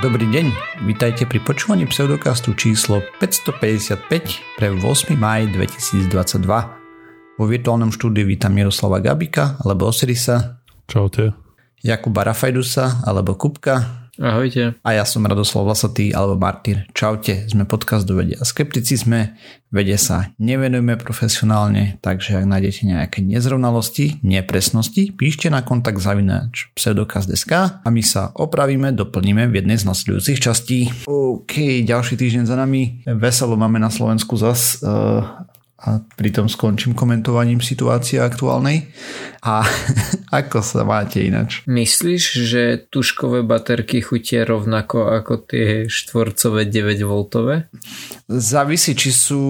Dobrý deň, vítajte pri počúvaní pseudokastu číslo 555 pre 8. máj 2022. Vo virtuálnom štúdiu vítam Miroslava Gabika alebo Osirisa. Čaute. Jakuba Rafajdusa alebo Kupka. Ahojte. A ja som Radoslav Vlasatý alebo Martyr. Čaute, sme podcast do vede a skepticizme. Vede sa nevenujeme profesionálne, takže ak nájdete nejaké nezrovnalosti, nepresnosti, píšte na kontakt @pseudokast.sk a my sa opravíme, doplníme v jednej z nasledujúcich častí. OK, ďalší týždeň za nami. Veselo máme na Slovensku zas a pritom skončím komentovaním situácie aktuálnej. A ako sa máte ináč? Myslíš, že tužkové baterky chutia rovnako ako tie štvorcové 9V? Závisí, či sú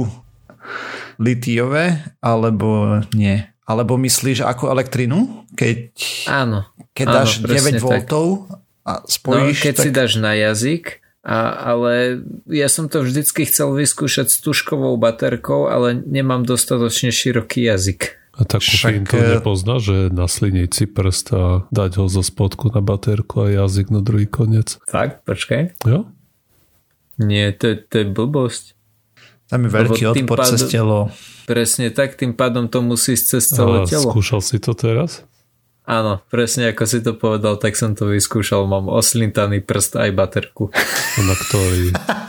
litiové alebo nie. Alebo myslíš ako elektrinu? Áno. Keď dáš 9V a spojíš... No, keď si dáš na jazyk, ale ja som to vždycky chcel vyskúšať s tužkovou baterkou, ale nemám dostatočne široký jazyk. A takú fintu nepozná, že nasliniť si prst a dať ho zo spodku na baterku a jazyk na druhý koniec. Fakt? Počkaj. Jo? Nie, to je blbosť. Tam je veľký odpor cez telo. Presne tak, tým pádom to musí ísť cez celé telo. Skúšal si to teraz? Áno, presne ako si to povedal, tak som to vyskúšal. Mám oslintaný prst aj baterku. Na ktorý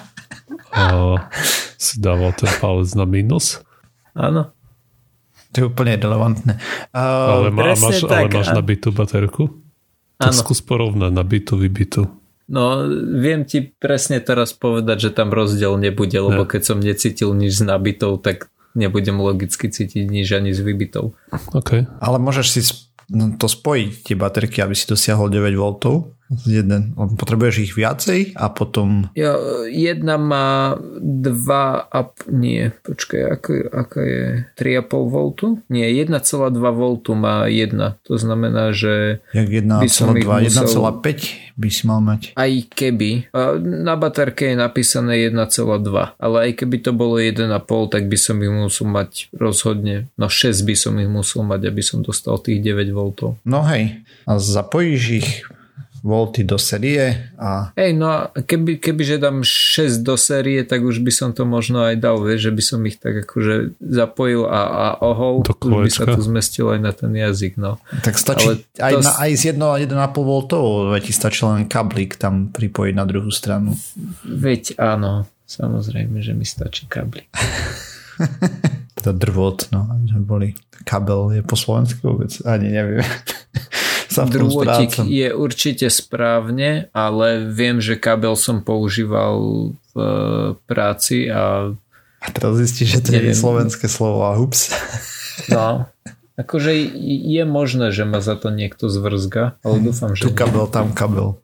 si dával ten palec na minus? Áno. To je úplne relevantné. Ale máš nabitú baterku? Tak skús porovnať nabitú, vybitú. No, viem ti presne teraz povedať, že tam rozdiel nebude, lebo keď som necítil nič s nabitou, tak nebudem logicky cítiť nič ani s vybitou. Okay. Ale môžeš si to spojiť, tie baterky, aby si dosiahol 9V. Potrebuješ ich viacej a potom... Jedna má 3,5 V? Nie, 1,2V má jedna. To znamená, že... Jak 1,2, 1,5 by si mal mať. Aj keby. Na baterke je napísané 1,2. Ale aj keby to bolo 1,5, tak by som ich musel mať rozhodne. No 6 by som ich musel mať, aby som dostal tých 9V. No hej. A zapojíš ich volty do série a... Hej, no a kebyže dám 6 do série, tak už by som to možno aj dal, vieš, že by som ich tak akože zapojil a ohol, už by sa tu zmestil aj na ten jazyk, no. Tak stačí aj z 1,5 V, veď ti stačí len kablík tam pripojiť na druhú stranu. Veď áno, samozrejme, že mi stačí kablík. Teda drvot, no, aby sme boli. Kabel je po slovensky vôbec? Ani neviem. Drôtik je určite správne, ale viem, že kabel som používal v práci a teraz zistíš, že to je slovenské slovo a hups. No, akože je možné, že ma za to niekto zvrzga, ale dúfam, že tu kabel, tam kabel.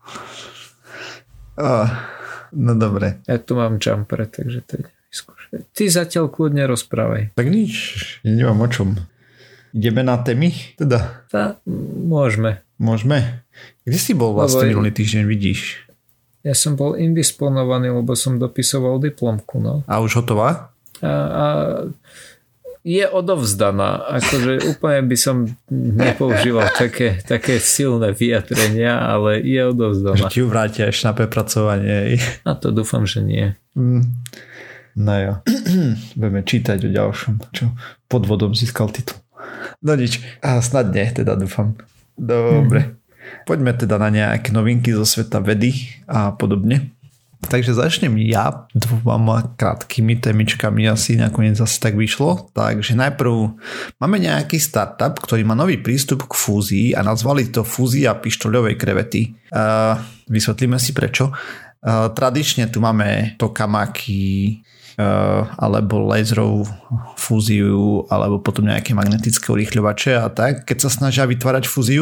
No dobre. Ja tu mám jumper, takže to ide vyskúšať. Ty zatiaľ kľudne rozprávaj. Tak nič, neviem o čom. Ideme na témy? Teda. Môžeme. Kde si bol vlastne minulý týždeň, vidíš? Ja som bol indisponovaný, lebo som dopisoval diplomku. No. A už hotová? A je odovzdaná. Akože úplne by som nepoužíval také silné vyjadrenia, ale je odovzdaná. Že ti ju vrátia ešte na prepracovanie. A to dúfam, že nie. No jo. Budeme čítať o ďalšom. Čo pod vodom získal titul. No nič. A snad nie, teda dúfam. Dobre. Poďme teda na nejaké novinky zo sveta vedy a podobne. Takže začnem ja dvoma krátkými témičkami, asi nakoniec zase tak vyšlo. Takže najprv máme nejaký startup, ktorý má nový prístup k fúzii a nazvali to fúzia pištoľovej krevety. Vysvetlíme si prečo. Tradične tu máme tokamaki alebo laserovú fúziu alebo potom nejaké magnetické urýchľovače a tak. Keď sa snažia vytvárať fúziu,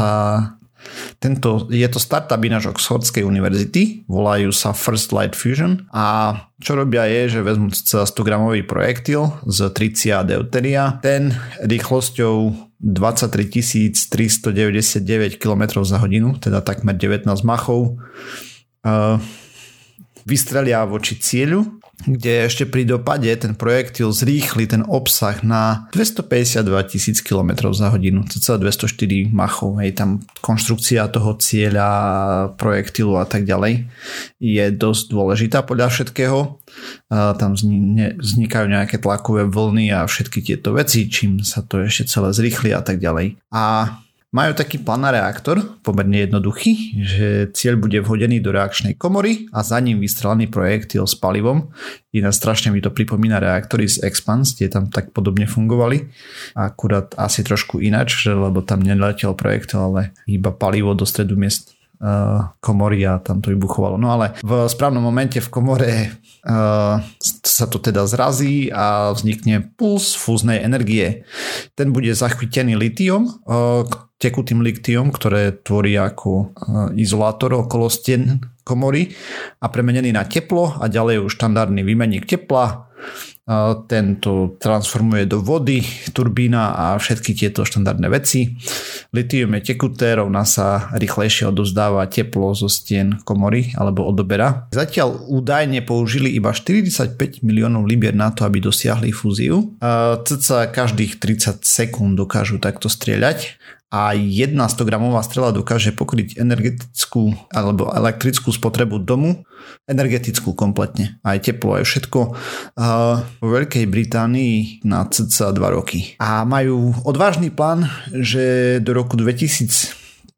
je to startup ináč Oxfordskej univerzity, volajú sa First Light Fusion a čo robia je, že vezmú 100 gramový projektil z tricia a deuteria, ten rýchlosťou 23 399 km za hodinu, teda takmer 19 machov, vystrelia voči cieľu kde ešte pri dopade ten projektil zrýchli ten obsah na 252 000 km za hodinu, cca 204 machov. Hej, tam konštrukcia toho cieľa, projektilu a tak ďalej je dosť dôležitá podľa všetkého. Tam vznikajú nejaké tlakové vlny a všetky tieto veci, čím sa to ešte celé zrýchli a tak ďalej. A majú taký plán na reaktor, pomerne jednoduchý, že cieľ bude vhodený do reakčnej komory a za ním vystrelený projektil s palivom. Iná strašne mi to pripomína reaktory z Expanse, tie tam tak podobne fungovali. Akurát asi trošku ináč, lebo tam neletel projektil, ale iba palivo do stredu miest komory a tam to vybuchovalo. No ale v správnom momente v komore sa to teda zrazí a vznikne puls fúznej energie. Ten bude zachytený litiom, tekutým litiom, ktoré tvorí ako izolátor okolo stien komory a premenený na teplo a ďalej už štandardný výmenník tepla. Tento transformuje do vody, turbína a všetky tieto štandardné veci. Litium je tekuté, rovná sa rýchlejšie odovzdáva teplo zo stien komory alebo odoberá. Zatiaľ údajne použili iba 45 miliónov libier na to, aby dosiahli fúziu. Cca každých 30 sekúnd dokážu takto strieľať. A jedna 100-gramová strela dokáže pokryť energetickú alebo elektrickú spotrebu domu, energetickú kompletne, aj teplo, aj všetko vo Veľkej Británii na cca 2 roky. A majú odvážny plán, že do roku 2030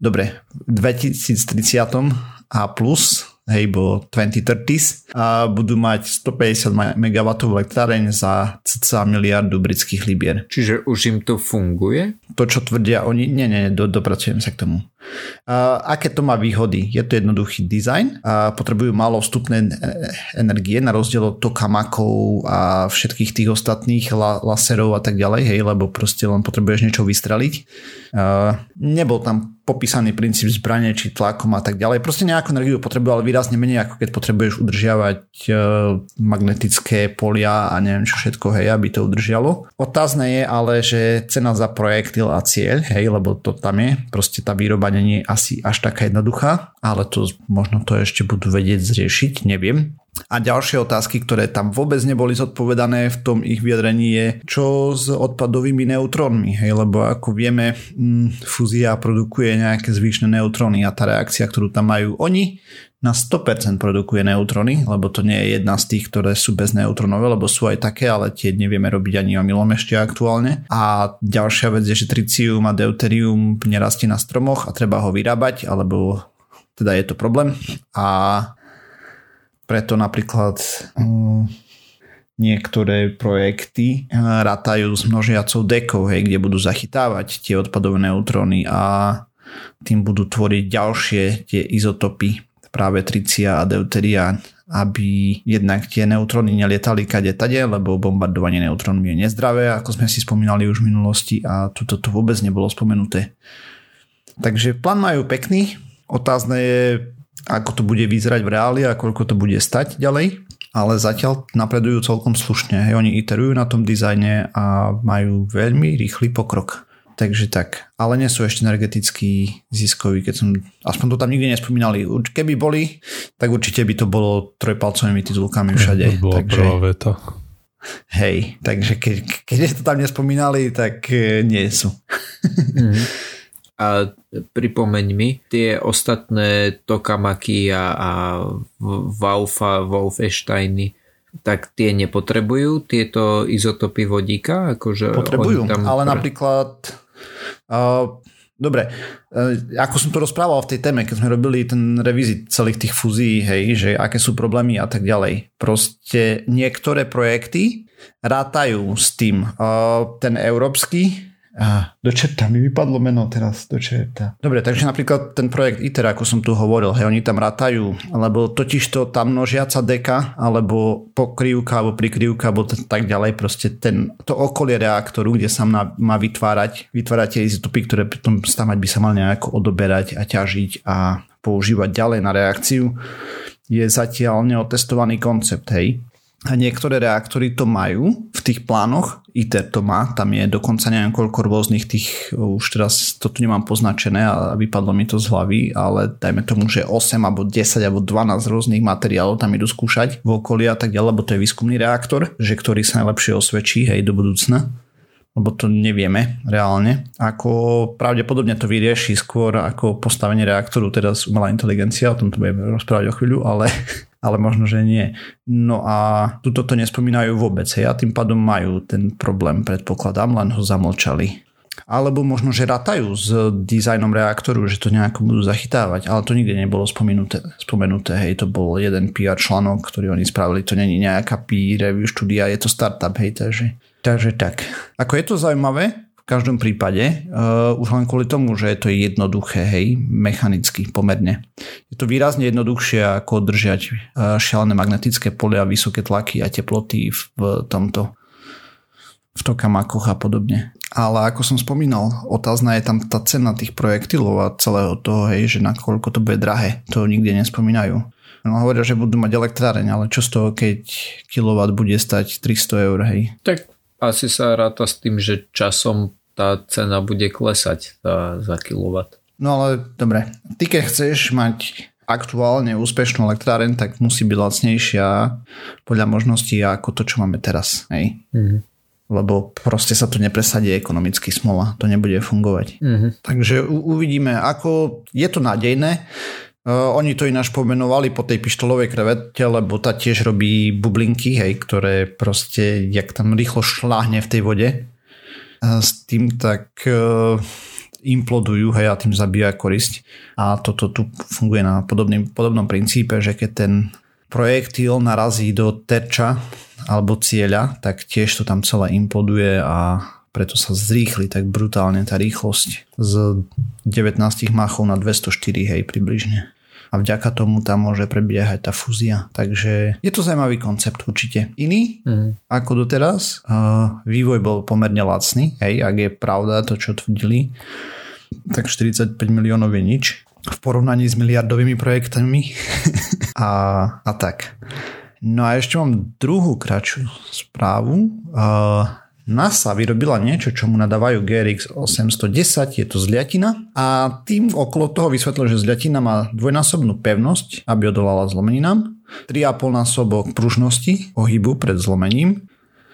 a plus, hej, bo 2030s a budú mať 150 MW elektráreň za cca miliardu britských libier. Čiže už im to funguje? To, čo tvrdia oni, dopracujem sa k tomu. Aké to má výhody? Je to jednoduchý dizajn, potrebujú málo vstupné energie na rozdiel od tokamakov a všetkých tých ostatných laserov a tak ďalej, hej, lebo proste len potrebuješ niečo vystreliť. Nebol tam popísaný princíp zbrane či tlakom a tak ďalej. Proste nejakú energiu potrebovali výrazne menej, ako keď potrebuješ udržiavať magnetické polia a neviem čo všetko, hej, aby to udržialo. Otázne je ale, že cena za projektil a cieľ, hej, lebo to tam je, proste tá výroba nie je asi až taká jednoduchá, ale to možno to ešte budú vedieť zriešiť, neviem. A ďalšie otázky, ktoré tam vôbec neboli zodpovedané v tom ich vyjadrení je, čo s odpadovými neutrónmi, hej, lebo ako vieme, fúzia produkuje nejaké zvyšné neutróny a tá reakcia, ktorú tam majú oni, na 100% produkuje neutróny, lebo to nie je jedna z tých, ktoré sú bez neutrónové, lebo sú aj také, ale tie nevieme robiť ani omylom ešte aktuálne. A ďalšia vec je, že tritium a deuterium nerastie na stromoch a treba ho vyrábať, alebo teda je to problém. A preto napríklad niektoré projekty rátajú s množiacou dekou, hej, kde budú zachytávať tie odpadové neutróny a tým budú tvoriť ďalšie tie izotopy, práve tricia a deuteria, aby jednak tie neutróny nelietali kade-tade, lebo bombardovanie neutrónmi je nezdravé, ako sme si spomínali už v minulosti a tuto to vôbec nebolo spomenuté. Takže plán majú pekný, otázne je, ako to bude vyzerať v reáli a koľko to bude stať ďalej, ale zatiaľ napredujú celkom slušne. Hej, oni iterujú na tom dizajne a majú veľmi rýchly pokrok. Takže tak, ale nie sú ešte energeticky ziskoví, keď som, aspoň to tam nikdy nespomínali. Keby boli, tak určite by to bolo trojpalcovými titulkami všade. To bola prvá veta. Hej, takže keď to tam nespomínali, tak nie sú. A pripomeň mi, tie ostatné tokamaky a Wolfensteiny, tak tie nepotrebujú tieto izotopy vodíka? Akože potrebujú, ale napríklad dobre, ako som to rozprával v tej téme, keď sme robili ten revizit celých tých fúzií, hej, že aké sú problémy a tak ďalej. Proste niektoré projekty rátajú s tým. Ten európsky do čerta, mi vypadlo meno teraz, do čerta. Dobre, takže napríklad ten projekt ITER, ako som tu hovoril, hej, oni tam rátajú, lebo totižto tá množiaca deka, alebo pokrývka, alebo prikrývka, alebo tak ďalej, proste to okolie reaktoru, kde sa má vytvárať tie izotopy, ktoré potom stavať by sa mal nejako odoberať a ťažiť a používať ďalej na reakciu, je zatiaľ neotestovaný koncept, hej. A niektoré reaktory to majú v tých plánoch, ITER to má, tam je dokonca neviem koľko rôznych tých, už teraz to tu nemám poznačené a vypadlo mi to z hlavy, ale dajme tomu, že 8 alebo 10 alebo 12 rôznych materiálov tam idú skúšať v okolí a tak ďalej, lebo to je výskumný reaktor, že ktorý sa najlepšie osvedčí, hej, do budúcna. Lebo to nevieme reálne. Ako pravdepodobne to vyrieši skôr ako postavenie reaktoru, teraz umelá inteligencia, o tom tu budeme rozprávať o chvíľu, ale možno, že nie. No a tuto to nespomínajú vôbec, hej, a tým pádom majú ten problém, predpokladám, len ho zamlčali. Alebo možno, že ratajú s dizajnom reaktoru, že to nejako budú zachytávať, ale to nikde nebolo spomenuté, hej, to bol jeden PR článok, ktorý oni spravili, to není nejaká peer review štúdia, je to startup, hej, Takže tak. Ako je to zaujímavé, v každom prípade, už len kvôli tomu, že je to jednoduché, hej, mechanicky pomerne. Je to výrazne jednoduchšie ako držať šialené magnetické polia, vysoké tlaky a teploty v tokamákoch a podobne. Ale ako som spomínal, otázna je tam tá cena tých projektilov a celého toho, hej, že nakoľko to bude drahé. To nikde nespomínajú. No hovoria, že budú mať elektráreň, ale čo z toho, keď kilowatt bude stať 300 eur, hej? Tak asi sa ráta s tým, že časom tá cena bude klesať za kilowatt. No ale dobre, ty keď chceš mať aktuálne úspešnú elektráreň, tak musí byť lacnejšia podľa možností ako to, čo máme teraz. Hej? Mm-hmm. Lebo proste sa to nepresadí ekonomicky, smola. To nebude fungovať. Mm-hmm. Takže uvidíme, ako je to nádejné. Oni to ináč pomenovali po tej pištolovej krevete, lebo tá tiež robí bublinky, hej, ktoré proste, jak tam rýchlo šláhne v tej vode, s tým tak implodujú, hej, a tým zabíja korisť. A toto tu funguje na podobnom princípe, že keď ten projektil narazí do terča alebo cieľa, tak tiež to tam celé imploduje a preto sa zrýchli tak brutálne tá rýchlosť z 19 machov na 204, hej, približne. A vďaka tomu tam môže prebiehať tá fúzia. Takže je to zaujímavý koncept určite. Iný ako doteraz. Vývoj bol pomerne lacný, hej, ak je pravda to, čo tvrdili. Tak 45 miliónov je nič v porovnaní s miliardovými projektami. a tak. No a ešte mám druhú kratšiu správu. NASA vyrobila niečo, čo mu nadávajú GRX 810, je to zliatina a tým okolo toho vysvetlil, že zliatina má dvojnásobnú pevnosť, aby odolala zlomeninám, 3,5-násobok pružnosti pohybu pred zlomením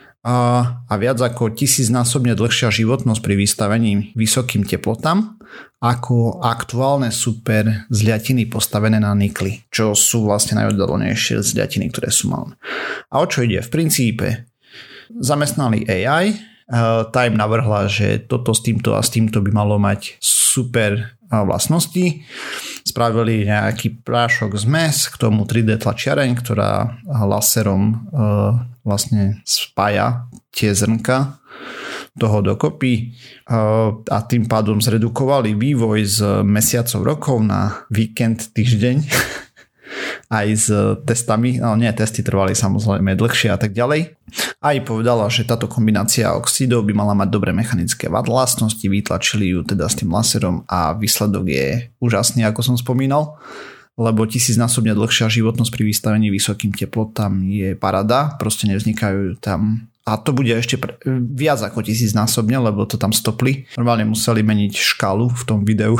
a viac ako 1000-násobne dlhšia životnosť pri vystavení vysokým teplotám ako aktuálne super zliatiny postavené na nikli, čo sú vlastne najoddalenejšie zliatiny, ktoré sú malé. A o čo ide? V princípe zamestnali AI, tá im navrhla, že toto s týmto a s týmto by malo mať super vlastnosti. Spravili nejaký prášok zmes, k tomu 3D tlačiareň, ktorá laserom vlastne spája tie zrnka toho dokopy a tým pádom zredukovali vývoj z mesiacov rokov na víkend, týždeň aj s testami, no nie, testy trvali samozrejme dlhšie a tak ďalej. Aj povedala, že táto kombinácia oxidov by mala mať dobré mechanické vlastnosti, vytlačili ju teda s tým laserom a výsledok je úžasný, ako som spomínal, lebo 1000-násobne dlhšia životnosť pri vystavení vysokým teplotám je parada, proste nevznikajú tam. A to bude ešte viac ako 1000-násobne, lebo to tam stopli. Normálne museli meniť škálu v tom videu,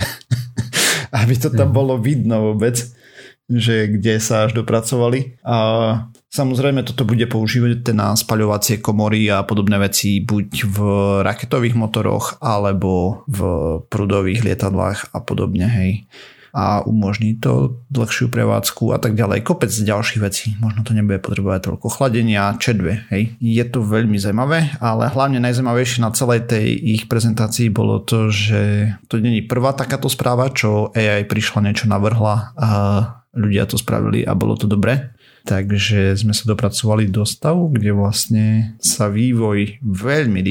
aby to tam bolo vidno vôbec, že kde sa až dopracovali. A samozrejme toto bude používať na spaľovacie komory a podobné veci buď v raketových motoroch alebo v prúdových lietadlách a podobne, hej. A umožní to dlhšiu prevádzku a tak ďalej. Kopec ďalších vecí. Možno to nebude potrebovať toľko chladenia, čedve, hej. Je to veľmi zaujímavé, ale hlavne najzaujímavejšie na celej tej ich prezentácii bolo to, že to nie je prvá takáto správa, čo AI prišla, niečo navrhla a ľudia to spravili a bolo to dobré. Takže sme sa dopracovali do stavu, kde vlastne sa vývoj veľmi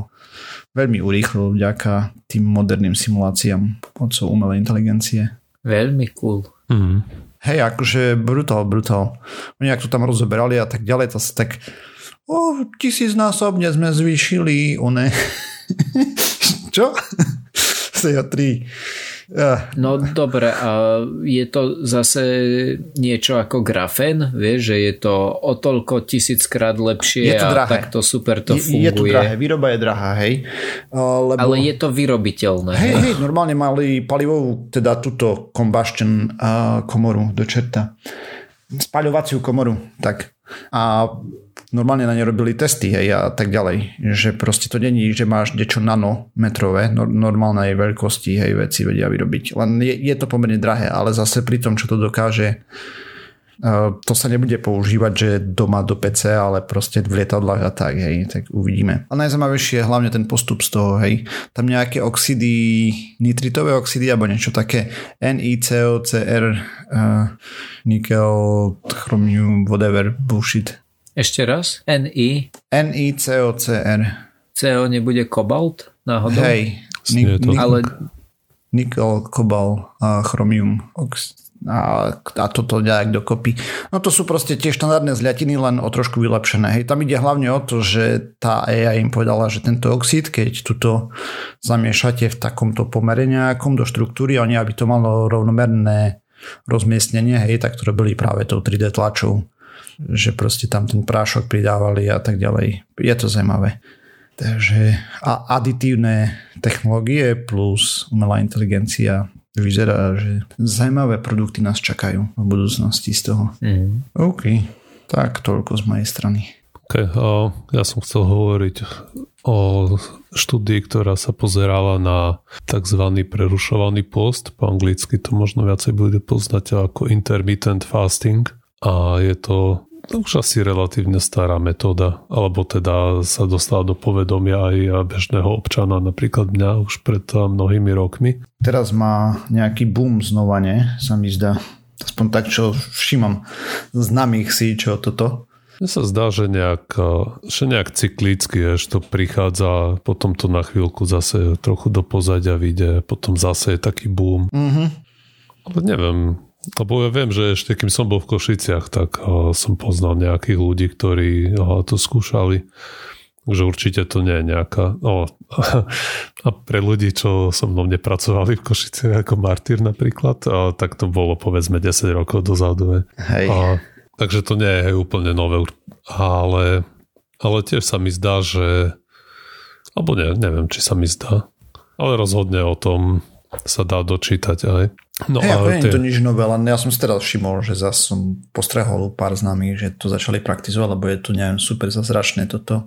urýchlil vďaka tým moderným simuláciám pomocou umelej inteligencie. Veľmi cool. Hej, akože brutál. Oni ak to tam rozoberali a tak ďalej, to sa tak 1000-násobne sme zvýšili one. Čo? Z 3 No dobre, a je to zase niečo ako grafén, vieš, že je to o toľko 1000-krát lepšie a takto super to funguje. Je to drahé, výroba je drahá, hej. Ale je to vyrobiteľné. Hej, normálne mali palivovú, teda túto combustion komoru do čerta. Spaľovaciu komoru, tak. A normálne na ne robili testy, hej, a tak ďalej. Že proste to není, že máš niečo nanometrové, normálnej veľkosti, hej, veci vedia vyrobiť. Len je to pomerne drahé, ale zase pri tom, čo to dokáže, to sa nebude používať, že doma do PC, ale proste v lietadlách a tak, hej, tak uvidíme. A najzaujímavejšie je hlavne ten postup z toho, hej. Tam nejaké oxidy, nitritové oxidy, alebo niečo také, NiCOCr, nikel, chromium, whatever, bullshit. Ešte raz? NiCOCr. CO nebude kobalt náhodou? Hej. Ale nikel, kobalt a chromium a toto nejak dokopy. No to sú proste tie štandardné zliatiny, len o trošku vylepšené. Hej. Tam ide hlavne o to, že tá AI im povedala, že tento oxid, keď tuto zamiešate v takomto pomere nejakom do štruktúry, oni aby to malo rovnomerné rozmiestnenie, hej, tak to robili práve tou 3D tlačou. Že proste tam ten prášok pridávali a tak ďalej. Je to zaujímavé. Takže a aditívne technológie plus umelá inteligencia vyzerá, že zaujímavé produkty nás čakajú v budúcnosti z toho. OK, tak toľko z mojej strany. OK, ja som chcel hovoriť o štúdii, ktorá sa pozerala na tzv. Prerušovaný post. Po anglicky to možno viacej bude poznať ako intermittent fasting. A je to už asi relatívne stará metóda, alebo teda sa dostala do povedomia aj bežného občana, napríklad mňa už pred mnohými rokmi. Teraz má nejaký boom znova, ne? Sa mi zdá. Aspoň tak, čo všímam známych si, čo toto. Mne sa zdá, že nejak cyklicky, až to prichádza, potom to na chvíľku zase trochu do pozadia vyjde, potom zase je taký boom. Ale neviem, lebo ja viem, že ešte kým som bol v Košiciach, tak som poznal nejakých ľudí, ktorí to skúšali. Takže určite to nie je nejaká... a pre ľudí, čo so mnou nepracovali v Košiciach ako Martyr napríklad, tak to bolo povedzme 10 rokov dozadu. Hej. Takže to nie je úplne nové. Ale tiež sa mi zdá, že... Alebo neviem, či sa mi zdá. Ale rozhodne o tom sa dá dočítať aj. No, nie je to nič nové, len ja som si teraz všimol, že zase som postrehol pár známych, že to začali praktizovať, lebo je to, neviem, super zázračné toto.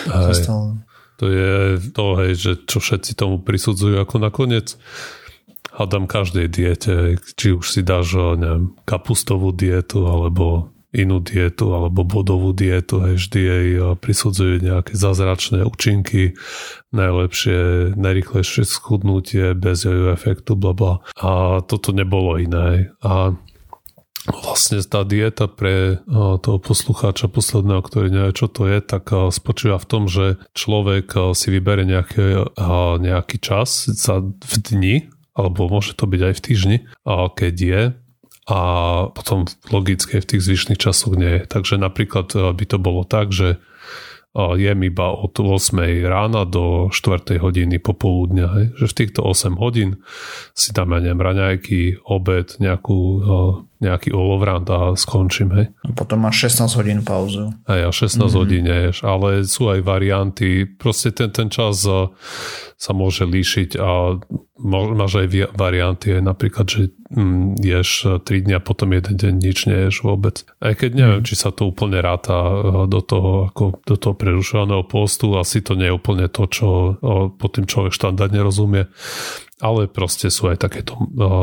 To je to, hej, že čo všetci tomu prisudzujú ako nakoniec. Hádam každej diete, či už si dáš, neviem, kapustovú dietu, alebo inú dietu, alebo bodovú dietu, hej, vždy jej prisudzujú nejaké zázračné účinky, najlepšie, najrýchlejšie schudnutie bez jojo efektu, blabla. A toto nebolo iné. A vlastne tá dieta pre toho poslucháča posledného, ktorý nevie, čo to je, tak spočíva v tom, že človek si vybere nejaký čas v dni, alebo môže to byť aj v týždni, keď je, a potom logicky v tých zvyšných časoch nie je. Takže napríklad by to bolo tak, že jem iba od 8 rána do 4 hodiny popoludňa. Hej? Že v týchto 8 hodín si dám, ja neviem, raňajky, obed, nejaký olovrant a skončím. Hej? A potom máš 16 hodín pauzu. Hej, a 16 hodín ješ, ale sú aj varianty. Proste ten čas sa môže líšiť a máš aj varianty, aj napríklad, že ješ 3 dňa, potom jeden deň nič neješ vôbec. Aj keď neviem, či sa to úplne ráta do toho prerušovaného postu, asi to nie je úplne to, čo pod tým človek štandardne rozumie, ale proste sú aj takéto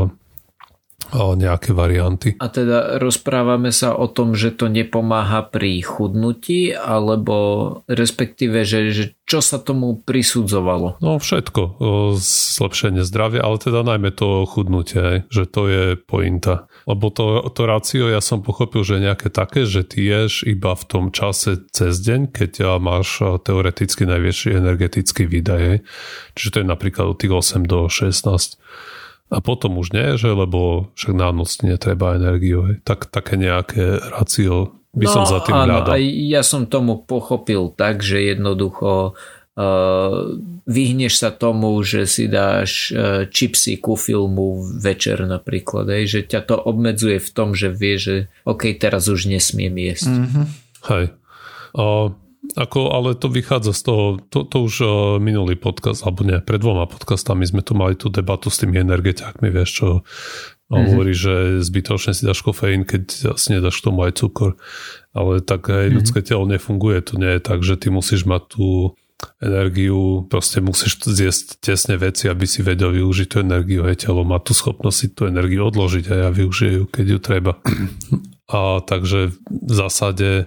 nejaké varianty. A teda rozprávame sa o tom, že to nepomáha pri chudnutí, alebo respektíve, že čo sa tomu prisudzovalo? No všetko. Zlepšenie zdravia, ale teda najmä to chudnutie, že to je pointa. Lebo to rácio ja som pochopil, že je nejaké také, že ty ješ iba v tom čase cez deň, keď máš teoreticky najväčší energetický výdaj. Čiže to je napríklad od tých 8 do 16. A potom už nie, že lebo však na noc netreba energiu. Také nejaké rácio by som za tým hľadal. Áno, ja som tomu pochopil tak, že jednoducho vyhneš sa tomu, že si dáš čipsy ku filmu večer napríklad, že ťa to obmedzuje v tom, že vie, že OK, teraz už nesmiem jesť. Hej. Ale to vychádza z toho, to už minulý podcast, alebo nie, pred 2 podcastami sme tu mali tú debatu s tými energetiákmi, vieš, čo hovorí, že zbytočne si dáš kofeín, keď si nedáš k tomu aj cukor. Ale tak aj ľudské telo nefunguje. To nie je tak, že ty musíš mať tú energiu, proste musíš zjesť tesne veci, aby si vedel využiť tú energiu. Aj telo má tú schopnosť si tú energiu odložiť a ja využije ju, keď ju treba. A takže v zásade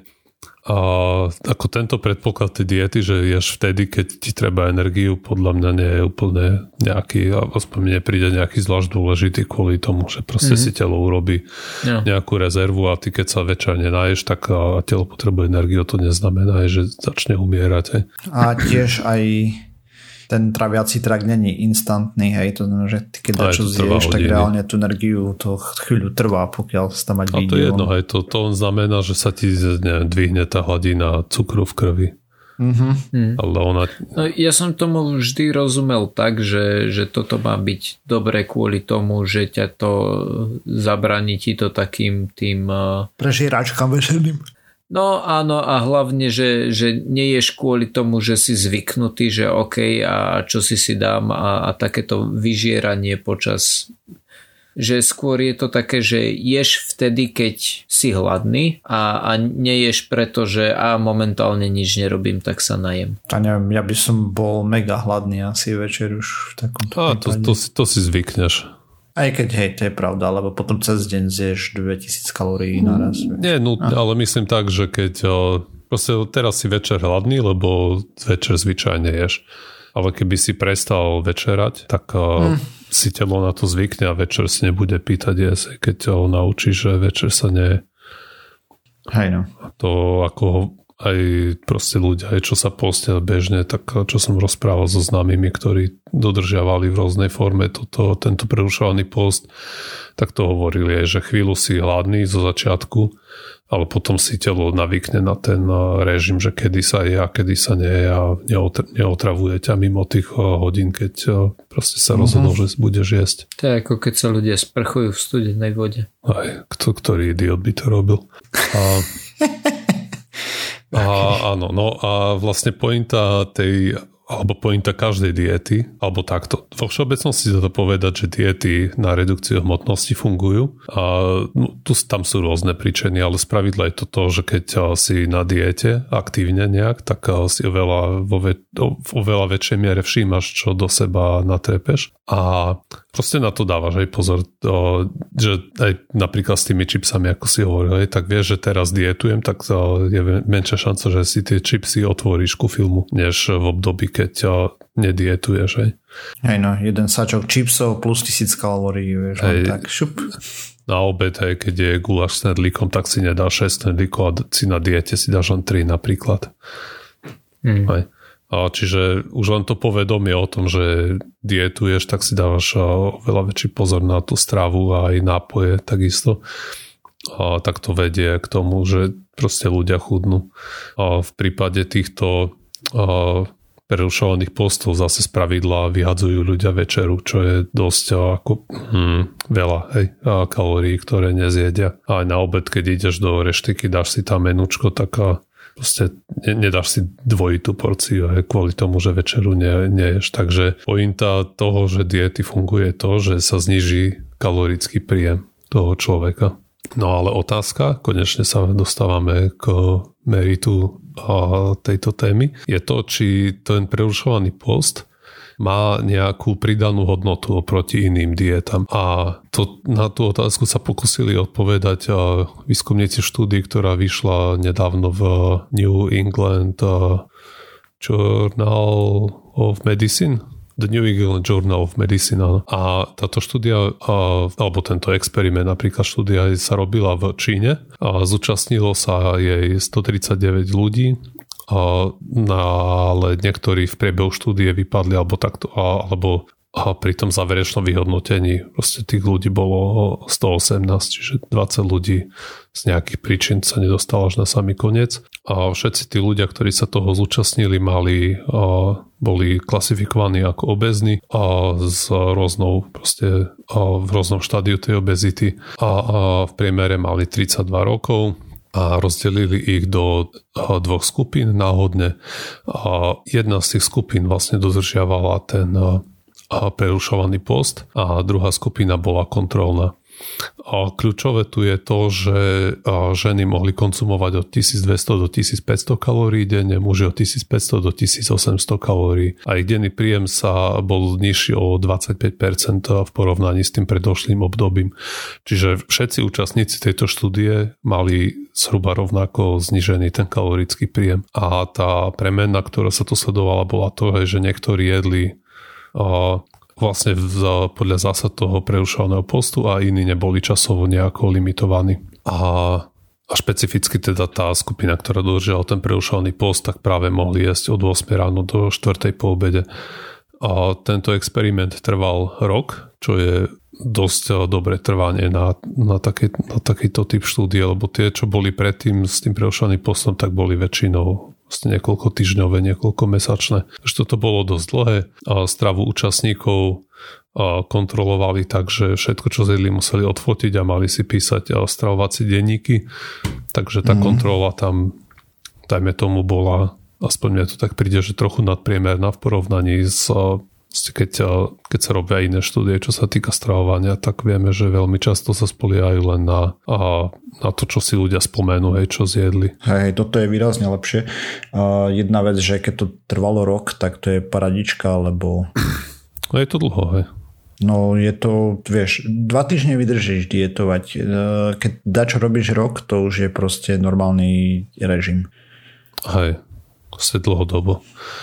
ako tento predpoklad tej diety, že ješ vtedy, keď ti treba energiu, podľa mňa nie je úplne nejaký, aspoň mne príde nejaký zvlášť dôležitý kvôli tomu, že proste si telo urobí nejakú rezervu a ty keď sa večer nenáješ, tak a telo potrebuje energiu, to neznamená, že začne umierať. A tiež aj ten traviaci trakt není instantný, hej, to znamená, že ty keď dačo zješ, tak reálne tú energiu to chvíľu trvá, pokiaľ sa tam mať vidieť. A to je jedno, hej, to znamená, že sa ti dvihne tá hladina cukru v krvi. Ale ona... No, ja som tomu vždy rozumel tak, že toto má byť dobre kvôli tomu, že ťa to zabráni ti to takým tým... Prežíračkám večerným. No áno, a hlavne, že neješ kvôli tomu, že si zvyknutý, že OK, a čo si dám a takéto vyžieranie počas, že skôr je to také, že ješ vtedy, keď si hladný a neješ preto, že momentálne nič nerobím, tak sa najem. A neviem, ja by som bol mega hladný asi večer už v takomto prípade. To si zvykneš. Aj keď, hej, to je pravda, lebo potom cez deň zješ 2000 kalórií naraz. Nie, ale myslím tak, že keď proste teraz si večer hladný, lebo večer zvyčajne ješ. Ale keby si prestal večerať, tak si telo na to zvykne a večer si nebude pýtať jesť, keď ho naučíš, že večer sa nie. Hej no. To ako aj proste ľudia, aj čo sa postia bežne, tak čo som rozprával so známymi, ktorí dodržiavali v rôznej forme tento prerušovaný post, tak to hovorili aj, že chvíľu si hladný zo začiatku, ale potom si telo navykne na ten režim, že kedy sa je a kedy sa nie je a neotravuje ťa mimo tých hodín, keď proste sa rozhodol, že budeš jesť. To je ako keď sa ľudia sprchujú v studenej vode. Aj, ktorý idiot by to robil. Áno, no a vlastne pointa každej diety, alebo takto. Vo všeobecnosti sa to povedať, že diety na redukciu hmotnosti fungujú a tam sú rôzne príčiny, ale spravidla je to to, že keď si na diete aktívne nejak, tak si v oveľa väčšej miere všímaš, čo do seba natrepeš a proste na to dávaš aj pozor, že aj napríklad s tými čipsami, ako si hovoril, tak vieš, že teraz dietujem, tak je menšia šanca, že si tie čipsy otvoríš ku filmu, než v období, keď nedietuješ. Hej no, jeden sačok čipsov plus 1000 kalórií, vieš, tak šup. Na obed, keď je guláš s knedlíkom, tak si nedáš 6 knedlíkov a si na diete si dáš len 3 napríklad. Hej. Čiže už len to povedomie o tom, že dietuješ, tak si dávaš veľa väčší pozor na tú stravu a aj nápoje takisto. Tak to vedie k tomu, že proste ľudia chudnú. V prípade týchto prerušovaných postov zase spravidla vyhadzujú ľudia večeru, čo je dosť veľa kalórií, ktoré nezjedia. A aj na obed, keď ideš do reštiky, dáš si tam menučko, tak proste nedáš si dvojitú porciu kvôli tomu, že večeru neješ. Takže pointa toho, že diety funguje to, že sa zniží kalorický príjem toho človeka. No ale otázka, konečne sa dostávame k meritu tejto témy, je to, či ten prerušovaný post má nejakú pridanú hodnotu oproti iným dietám. A na tú otázku sa pokúsili odpovedať výskumníci štúdii, ktorá vyšla nedávno v New England Journal of Medicine. The New England Journal of Medicine. A táto štúdia, alebo tento experiment, napríklad štúdia sa robila v Číne a zúčastnilo sa jej 139 ľudí, ale niektorí v priebehu štúdie vypadli alebo pri tom záverečnom vyhodnotení proste tých ľudí bolo 118, čiže 20 ľudí z nejakých príčin sa nedostalo až na samý koniec. A všetci tí ľudia, ktorí sa toho zúčastnili, boli klasifikovaní ako obézni a v rôznom štádiu tej obezity a v priemere mali 32 rokov a rozdelili ich do dvoch skupín náhodne. A jedna z tých skupín vlastne dodržiavala ten prerušovaný post a druhá skupina bola kontrolná. A kľúčové tu je to, že ženy mohli konzumovať od 1200 do 1500 kalórií denne, muži od 1500 do 1800 kalórií a ich denný príjem sa bol nižší o 25% v porovnaní s tým predošlým obdobím. Čiže všetci účastníci tejto štúdie mali zhruba rovnako znižený ten kalorický príjem. A tá premena, ktorá sa tu sledovala, bola to, že niektorí jedli vlastne podľa zásad toho prerušovaného postu a iní neboli časovo nejako limitovaní. A špecificky teda tá skupina, ktorá dodržala ten prerušovaný post, tak práve mohli jesť od 8 ráno do 4 po obede. A tento experiment trval rok, čo je dosť dobré trvanie na takýto typ štúdie, lebo tie, čo boli predtým s tým prerušovaným postom, tak boli väčšinou niekoľko týždňové, niekoľko mesačné. Takže toto bolo dosť dlhé a stravu účastníkov kontrolovali tak, že všetko, čo zjedli, museli odfotiť a mali si písať stravovacie denníky. Takže tá kontrola tam, dajme tomu, bola, aspoň mne to tak príde, že trochu nadpriemerná v porovnaní s keď sa robia iné štúdie, čo sa týka stravovania, tak vieme, že veľmi často sa spoliehajú len na to, čo si ľudia spomenú, čo zjedli. Hej, toto je výrazne lepšie. Jedna vec, že keď to trvalo rok, tak to je paradička, lebo... No je to dlho, hej. No je to, vieš, 2 týždne vydržíš dietovať. Keď dačo robíš rok, to už je proste normálny režim. Hej, proste dlhodobo.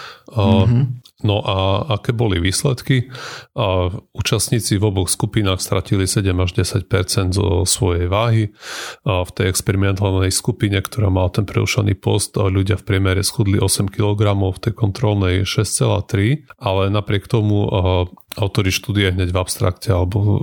No a aké boli výsledky? Účastníci v oboch skupinách stratili 7 až 10% zo svojej váhy. V tej experimentálnej skupine, ktorá mala ten prerušený post, ľudia v priemere schudli 8 kg, v tej kontrolnej 6,3, ale napriek tomu autori štúdie hneď v abstrakte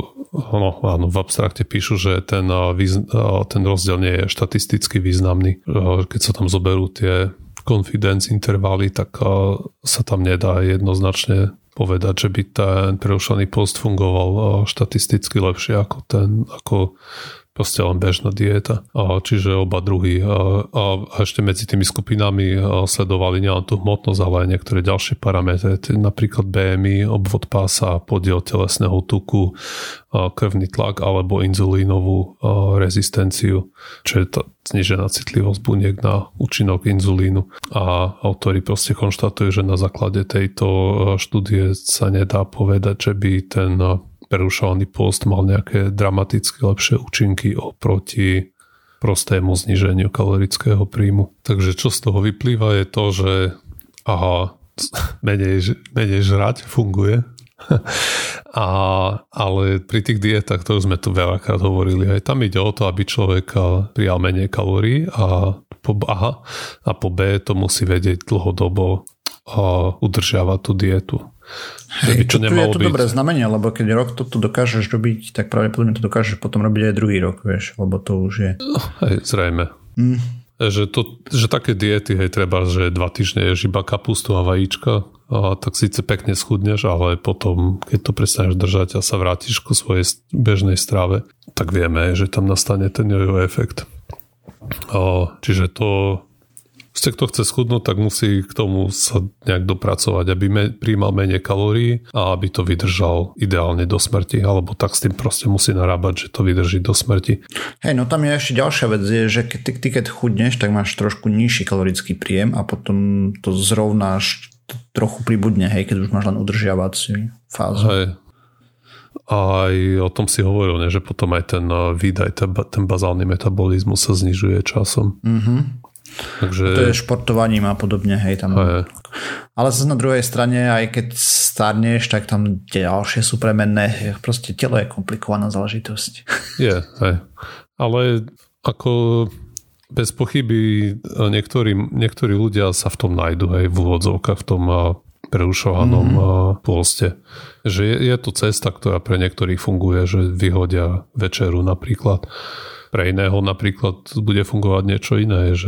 v abstrakte píšu, že ten rozdiel nie je štatisticky významný. Keď sa tam zoberú tie confidence intervaly, tak sa tam nedá jednoznačne povedať, že by ten prerušený post fungoval štatisticky lepšie ako proste len bežná dieta. Čiže oba druhy. A ešte medzi tými skupinami sledovali nielen tú hmotnosť, ale aj niektoré ďalšie parametre, napríklad BMI, obvod pása, podiel telesného tuku, krvný tlak alebo inzulínovú rezistenciu, čo je tá znížená citlivosť buniek na účinok inzulínu. A autori proste konštatujú, že na základe tejto štúdie sa nedá povedať, že by ten prerušovaný post mal nejaké dramaticky lepšie účinky oproti prostému zníženiu kalorického príjmu. Takže čo z toho vyplýva je to, že menej žrať funguje. Ale pri tých dietách, ktoré sme tu veľakrát hovorili, aj tam ide o to, aby človek prijal menej kalórií a po B to musí vedieť dlhodobo udržiavať tú dietu. Hej, toto je to dobré znamenie, lebo keď rok toto dokážeš robiť, tak pravdepodobne to dokážeš potom robiť aj druhý rok, vieš, lebo to už je... Hej, zrejme. Že také diety, treba, že 2 týždne ješ iba kapustu a vajíčka, tak síce pekne schudneš, ale potom, keď to prestaneš držať a sa vrátiš ku svojej bežnej strave, tak vieme, že tam nastane ten jojo efekt. Čiže to... Kto chce schudnúť, tak musí k tomu sa nejak dopracovať, aby prijímal menej kalórií a aby to vydržal ideálne do smrti, alebo tak s tým proste musí narábať, že to vydrží do smrti. Hej, no tam je ešte ďalšia vec, je, že keď chudneš, tak máš trošku nižší kalorický príjem a potom to zrovnáš trochu pribudne, hej, keď už máš len udržiavaciu fázu. Hej. A aj o tom si hovoril, že potom aj ten výdaj, ten bazálny metabolizmus sa znižuje časom. Takže... To je športovaním a podobne, hej, tam. Ale zase na druhej strane, aj keď starneš, tak tam ďalšie sú premenné, proste telo je komplikovaná záležitosť. Je, hej. Ale ako bez pochyby niektorí ľudia sa v tom nájdu, hej, v úvodzovkách, v tom prerušovanom pôste. Že je to cesta, ktorá pre niektorých funguje, že vyhodia večeru napríklad. Pre iného napríklad bude fungovať niečo iné, že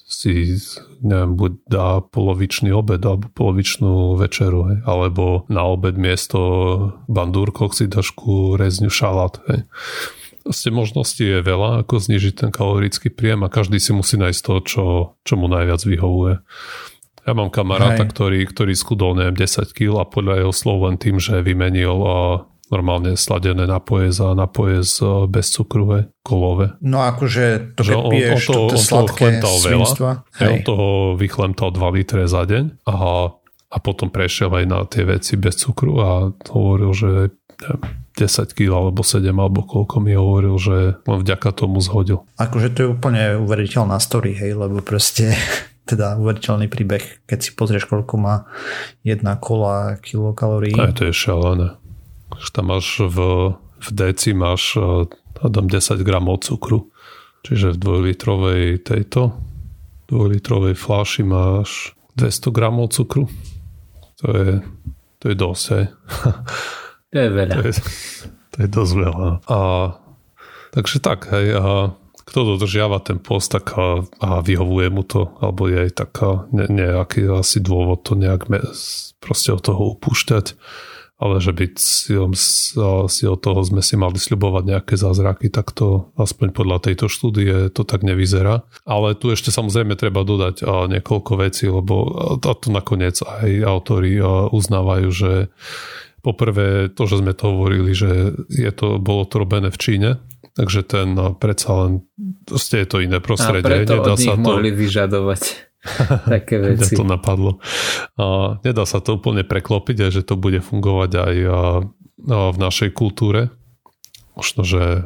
si neviem, buď dá polovičný obed alebo polovičnú večeru, hej, alebo na obed miesto bandúrkok si dáš ku rezňu šalát. Hej. Vlastne možností je veľa, ako znižiť ten kalorický príjem a každý si musí nájsť to, čo mu najviac vyhovuje. Ja mám kamaráta, ktorý schudol, neviem, 10 kg a podľa jeho slov len tým, že vymenil normálne sladené napoje za napoje bez cukru, kolové. No akože to keď piješ to sladké svinstva. On toho vychlemtal 2 litre za deň a potom prešiel aj na tie veci bez cukru a hovoril, že 10 kg alebo 7 alebo koľko mi hovoril, že len vďaka tomu zhodil. Akože to je úplne uveriteľná story, hej, lebo proste teda uveriteľný príbeh, keď si pozrieš, koľko má jedna kola kilokalórií. Aj to je šalené. Tam máš v deci máš tam 10 gramov cukru. Čiže v 2-litrovej fľaši máš 200 gramov cukru. To je dosť, hej. To je veľa. To je dosť veľa. Takže tak, hej, kto dodržiava ten post, tak a vyhovuje mu to, alebo je aj taká nejaký asi dôvod to nejak proste od toho upúšťať, ale že byť si od toho sme si mali sľubovať nejaké zázraky, tak to aspoň podľa tejto štúdie to tak nevyzerá. Ale tu ešte samozrejme treba dodať niekoľko vecí, lebo to nakoniec aj autori uznávajú, že poprvé to, že sme to hovorili, že bolo to robené v Číne, takže ten predsa len je to iné prostredie. A preto od nich mohli vyžadovať také veci. Mňa to napadlo. Nedá sa to úplne preklopiť, že to bude fungovať aj v našej kultúre. Možno, že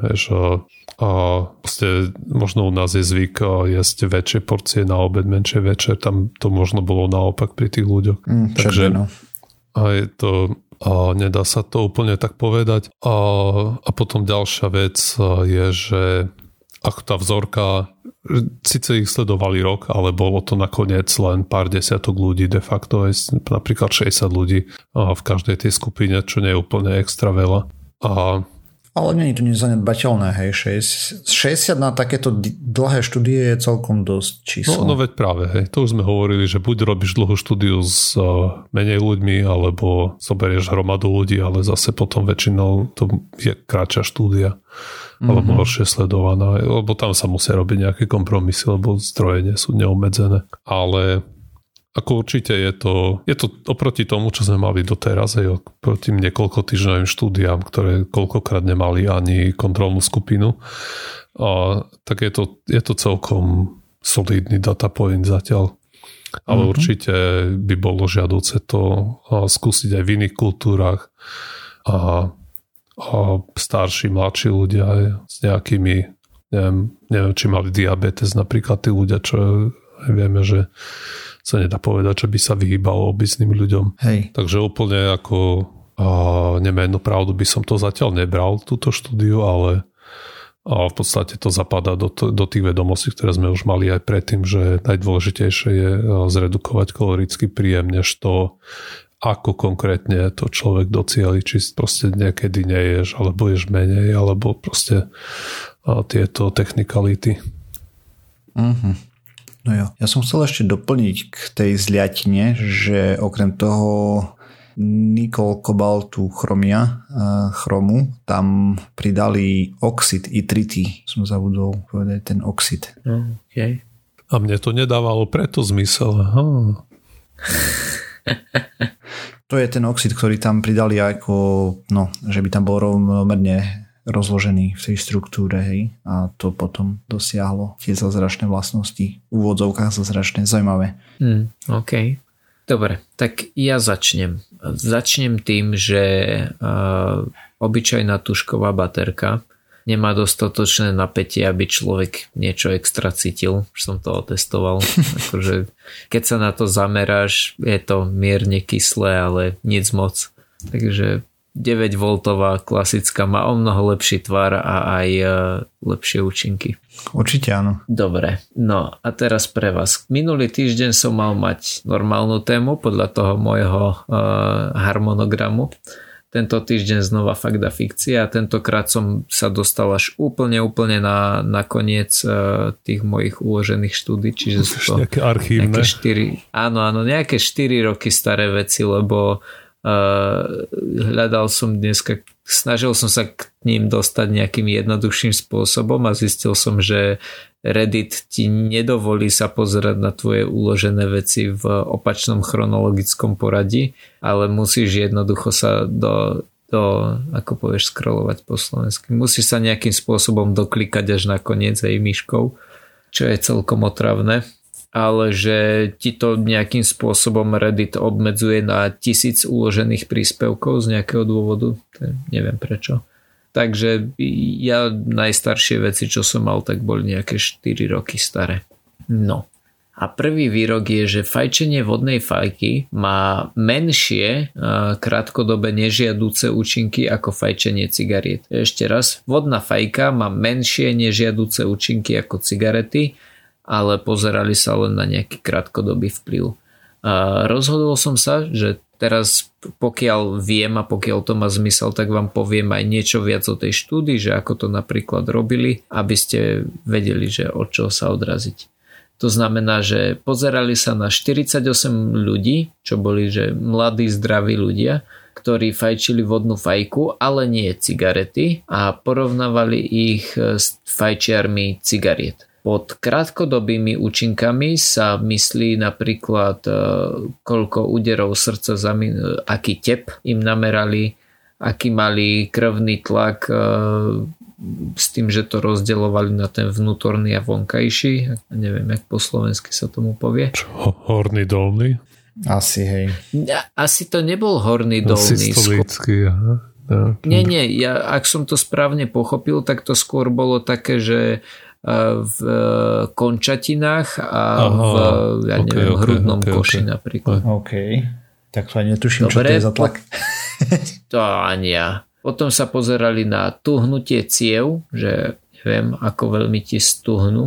možno u nás je zvyk jesť väčšie porcie na obed, menšie večer. Tam to možno bolo naopak pri tých ľuďoch. Takže je to... nedá sa to úplne tak povedať. A potom ďalšia vec je, že ako tá vzorka, síce ich sledovali rok, ale bolo to nakoniec len pár desiatok ľudí, de facto je napríklad 60 ľudí v každej tej skupine, čo nie je úplne extra veľa. Ale nie je to nezanedbateľné, hej, 60 na takéto dlhé štúdie je celkom dosť číslo. No veď práve, hej, to už sme hovorili, že buď robíš dlhú štúdiu s menej ľuďmi, alebo zoberieš hromadu ľudí, ale zase potom väčšinou to je kratšia štúdia, alebo horšie sledovaná, lebo tam sa musia robiť nejaké kompromisy, lebo zdroje nie sú neobmedzené. Ale ako určite je to oproti tomu, čo sme mali doteraz, aj oproti niekoľko týždňovým štúdiám, ktoré koľkokrát nemali ani kontrolnú skupinu, tak je to celkom solidný data point zatiaľ. Ale určite by bolo žiaduce to skúsiť aj v iných kultúrach a starší, mladší ľudia aj s nejakými, neviem, či mali diabetes napríklad tí ľudia, čo vieme, že sa nedá povedať, že by sa vyhýbalo obyčným ľuďom. Hej. Takže úplne ako nemenú pravdu by som to zatiaľ nebral, túto štúdiu, ale v podstate to zapadá do tých vedomostí, ktoré sme už mali aj predtým, že najdôležitejšie je zredukovať kalorický príjem, než to, ako konkrétne to človek docieli, či proste niekedy neješ, alebo ješ menej, alebo proste tieto technikality. No jo. Ja som chcel ešte doplniť k tej zliatine, že okrem toho nikol, kobaltu, chromu, tam pridali oxid itritý. Som zabudol povedať ten oxid. Okay. A mne to nedávalo preto zmysel. To je ten oxid, ktorý tam pridali ako, že by tam bol rovnomerne rozložený v tej štruktúre, hej, a to potom dosiahlo tie zázračné vlastnosti, v úvodzovkách zázračné, zaujímavé. OK. Dobre, tak ja začnem. Začnem tým, že obyčajná tužková baterka nemá dostatočné napätie, aby človek niečo extra cítil. Už som to otestoval. Akože, keď sa na to zameráš, je to mierne kyslé, ale nic moc. Takže 9V klasická má o mnoho lepší tvar a aj lepšie účinky. Určite áno. Dobre, no a teraz pre vás. Minulý týždeň som mal mať normálnu tému podľa toho môjho harmonogramu tento týždeň znova fakt a fikcia a tentokrát som sa dostal až úplne na koniec tých mojich uložených štúdí, čiže sú to nejaké archívne. Nejaké 4 roky staré veci, lebo hľadal som dneska, snažil som sa k ním dostať nejakým jednoduchším spôsobom a zistil som, že Reddit ti nedovolí sa pozerať na tvoje uložené veci v opačnom chronologickom poradí, ale musíš jednoducho sa ako povieš, scrollovať po slovensky. Musíš sa nejakým spôsobom doklikať až na koniec aj myškou, čo je celkom otravné, ale že ti to nejakým spôsobom Reddit obmedzuje na 1000 uložených príspevkov z nejakého dôvodu, neviem prečo. Takže ja najstaršie veci, čo som mal, tak boli nejaké 4 roky staré. No. A prvý výrok je, že fajčenie vodnej fajky má menšie krátkodobé nežiaduce účinky ako fajčenie cigariet. Ešte raz, vodná fajka má menšie nežiaduce účinky ako cigarety, ale pozerali sa len na nejaký krátkodobý vplyv. Rozhodol som sa, že teraz pokiaľ viem a pokiaľ to má zmysel, tak vám poviem aj niečo viac o tej štúdii, že ako to napríklad robili, aby ste vedeli, že od čoho sa odraziť. To znamená, že pozerali sa na 48 ľudí, čo boli že mladí, zdraví ľudia, ktorí fajčili vodnú fajku, ale nie cigarety a porovnávali ich s fajčiarmi cigariet. Pod krátkodobými účinkami sa myslí napríklad koľko úderov srdca, aký tep im namerali, aký mali krvný tlak, s tým, že to rozdeľovali na ten vnútorný a vonkajší. Neviem, jak po slovensky sa tomu povie. Horný, dolný? Asi, hej. Asi to nebol horný, dolný. Systolický, aha. Nie, ak som to správne pochopil, tak to skôr bolo také, že v končatinách a hrudnom koši napríklad. OK. Tak to ani netuším, čo to je za tlak. To ani ja. Potom sa pozerali na tuhnutie ciev, že neviem, ako veľmi ti stuhnú.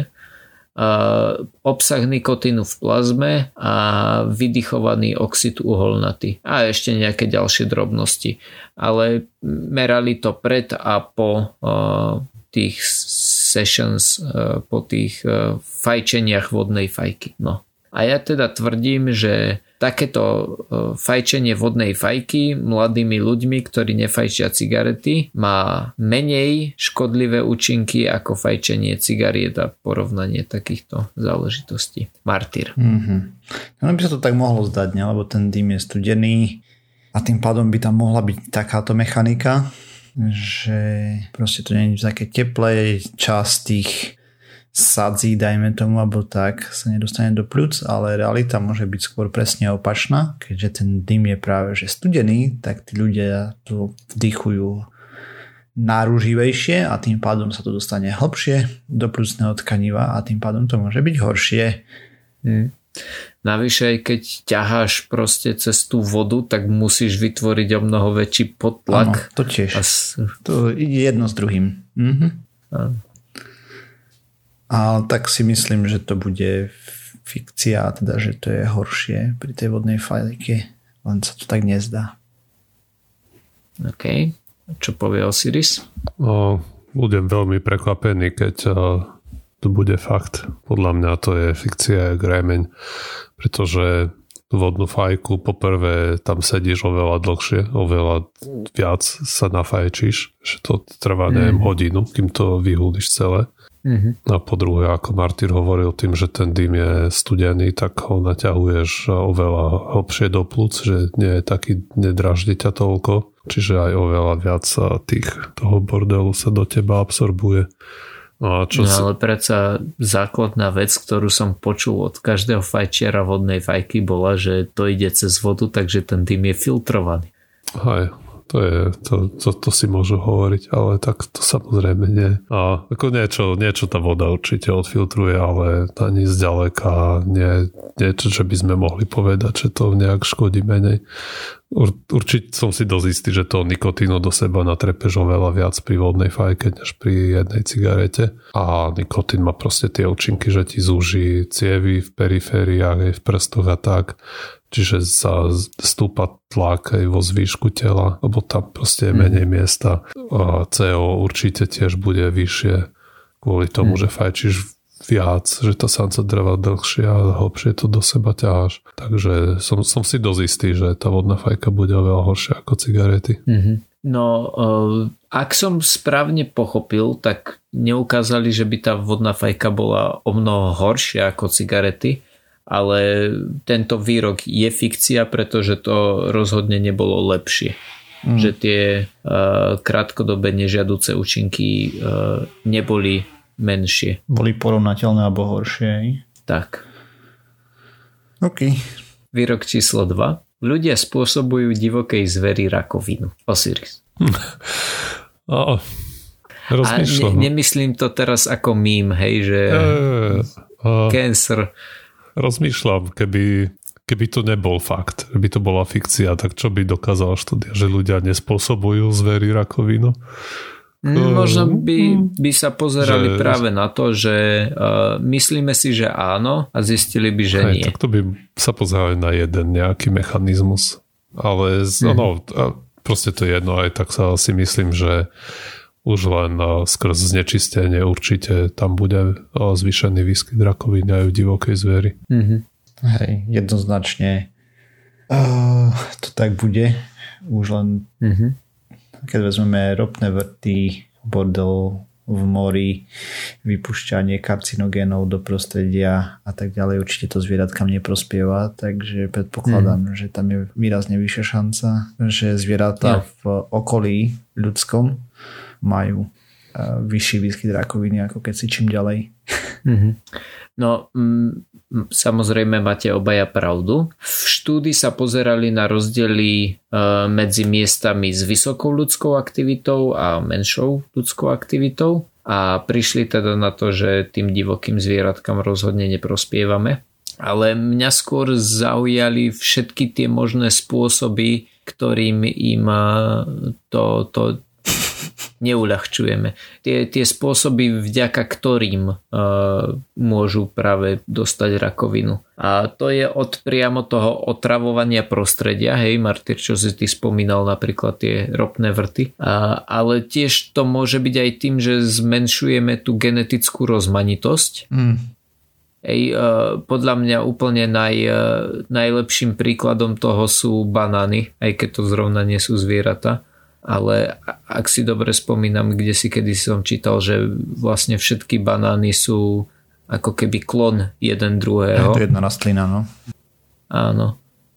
Obsah nikotínu v plazme a vydychovaný oxid uholnatý. A ešte nejaké ďalšie drobnosti. Ale merali to pred a po tých sessions, po tých fajčeniach vodnej fajky. No. A ja teda tvrdím, že takéto fajčenie vodnej fajky mladými ľuďmi, ktorí nefajčia cigarety, má menej škodlivé účinky ako fajčenie cigariet a porovnanie takýchto záležitostí. Martyr. No by sa to tak mohlo zdať, ne? Lebo ten dym je studený a tým pádom by tam mohla byť takáto mechanika, že proste to nie je v také teplej, časť tých sadzí, dajme tomu, alebo tak sa nedostane do pľúc, ale realita môže byť skôr presne opačná, keďže ten dym je práve že studený, tak tí ľudia to vdychujú náruživejšie a tým pádom sa to dostane hlbšie do pľúcneho tkaniva a tým pádom to môže byť horšie. Navyše, keď ťaháš proste cez tú vodu, tak musíš vytvoriť o mnoho väčší podtlak. Áno, to tiež. To je jedno s druhým. Ale tak si myslím, že to bude fikcia, teda, že to je horšie pri tej vodnej fajke, len sa to tak nezdá. OK. Čo povie Osiris? Budem veľmi prekvapený, keď to bude fakt. Podľa mňa to je fikcia jak remeň, pretože vodnú fajku poprvé tam sedíš oveľa dlhšie, oveľa viac sa nafajčíš, že to trvá neviem hodinu, kým to vyhúliš celé. A po druhé, ako Martyr hovoril, tým, že ten dym je studený, tak ho naťahuješ oveľa hlbšie do plúc, že nie je taký, nedraždí ťa toľko, čiže aj oveľa viac toho bordelu sa do teba absorbuje. Ale predsa základná vec, ktorú som počul od každého fajčiara vodnej fajky bola, že to ide cez vodu, takže ten dym je filtrovaný. Hej. To si môžu hovoriť, ale tak to samozrejme nie. A ako niečo tá voda určite odfiltruje, ale ani zďaleka niečo, že by sme mohli povedať, že to nejak škodí menej. Určite som si dosť istý, že to nikotínu do seba natrepeš oveľa viac pri vodnej fajke, než pri jednej cigarete. A nikotín má proste tie účinky, že ti zúži cievy v perifériách, aj v prstoch a tak. čiže sa stúpa tlak aj vo zvýšku tela, lebo tam proste je menej miesta. A CO určite tiež bude vyššie kvôli tomu, že fajčíš viac, že tá saňca trvá dlhšie a hlbšie to do seba ťaháš. Takže som si dosť istý, že tá vodná fajka bude oveľa horšia ako cigarety. No, ak som správne pochopil, tak neukázali, že by tá vodná fajka bola o mnoho horšia ako cigarety, ale tento výrok je fikcia, pretože to rozhodne nebolo lepšie. Že tie krátkodobé nežiaduce účinky neboli menšie. Boli porovnateľné alebo horšie. Tak. OK. Výrok číslo 2. Ľudia spôsobujú divokej zveri rakovinu. Osiris. Rozmýšľam. Nemyslím to teraz ako mím, hej, že cancer. Rozmýšľam, keby to nebol fakt, keby to bola fikcia, tak čo by dokázala štúdia, že ľudia nespôsobujú zveri rakovinu? Možno by sa pozerali práve na to, že myslíme si, že áno a zistili by, že nie. Tak to by sa pozerali na jeden nejaký mechanizmus. Ale proste to je jedno, aj tak sa si myslím, že už len skrz znečistenie určite tam bude zvýšený výskyt rakoviny aj v divokej zveri. Hej, jednoznačne to tak bude. Už len keď vezmeme ropné vrty, bordel v mori, vypúšťanie karcinogénov do prostredia a tak ďalej, určite to zvieratkám neprospieva, takže predpokladám, že tam je výrazne vyššia šanca, že zvieratá v okolí ľudskom majú vyšší výskyt rakoviny, ako keď si čím ďalej. No, samozrejme máte obaja pravdu. V štúdii sa pozerali na rozdiely medzi miestami s vysokou ľudskou aktivitou a menšou ľudskou aktivitou a prišli teda na to, že tým divokým zvieratkám rozhodne neprospievame. Ale mňa skôr zaujali všetky tie možné spôsoby, ktorým im to neuľahčujeme. Tie spôsoby, vďaka ktorým môžu práve dostať rakovinu. A to je od priamo toho otravovania prostredia, hej Martyr, čo si ty spomínal, napríklad tie ropné vrty. Ale tiež to môže byť aj tým, že zmenšujeme tú genetickú rozmanitosť. Podľa mňa úplne najlepším príkladom toho sú banány, aj keď to zrovna nie sú zvieratá. Ale ak si dobre spomínam, kde si kedysi som čítal, že vlastne všetky banány sú ako keby klon jeden druhého. Je to jedna rastlina, no. Áno.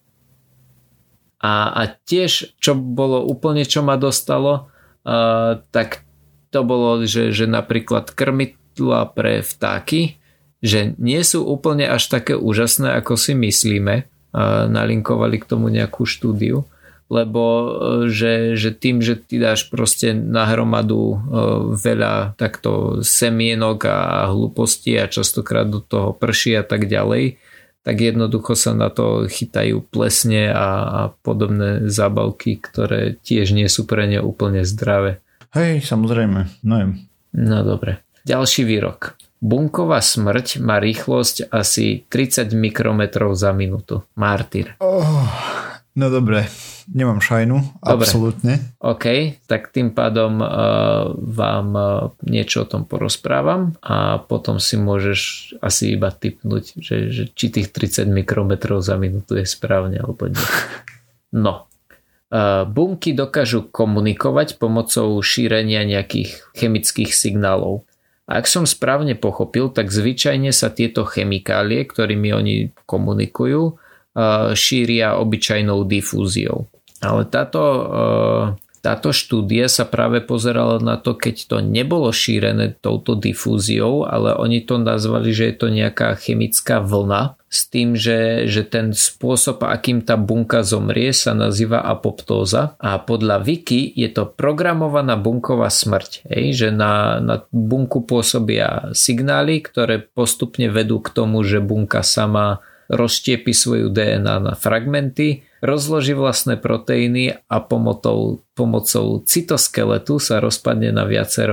A tiež, čo bolo úplne, čo ma dostalo, tak to bolo, že napríklad krmidlá pre vtáky, že nie sú úplne až také úžasné, ako si myslíme. Nalinkovali k tomu nejakú štúdiu. Lebo že tým, že ty dáš proste na hromadu veľa takto semienok a hlúpostí a častokrát do toho prší a tak ďalej, tak jednoducho sa na to chytajú plesne a podobné zábavky, ktoré tiež nie sú pre ne úplne zdravé. Hej, samozrejme. No dobre. Ďalší výrok. Bunková smrť má rýchlosť asi 30 mikrometrov za minútu. Martyr. No dobre, nemám šajnu, absolútne. OK, tak tým pádom vám niečo o tom porozprávam a potom si môžeš asi iba tipnúť, že či tých 30 mikrometrov za minútu je správne alebo nie. No, bunky dokážu komunikovať pomocou šírenia nejakých chemických signálov. A ak som správne pochopil, tak zvyčajne sa tieto chemikálie, ktorými oni komunikujú, šíria obyčajnou difúziou. Ale táto štúdia sa práve pozerala na to, keď to nebolo šírené touto difúziou, ale oni to nazvali, že je to nejaká chemická vlna s tým, že ten spôsob, akým tá bunka zomrie, sa nazýva apoptóza a podľa Wiki je to programovaná bunková smrť. Že na bunku pôsobia signály, ktoré postupne vedú k tomu, že bunka sama rozštiepi svoju DNA na fragmenty, rozloží vlastné proteíny a pomocou cytoskeletu sa rozpadne na viacero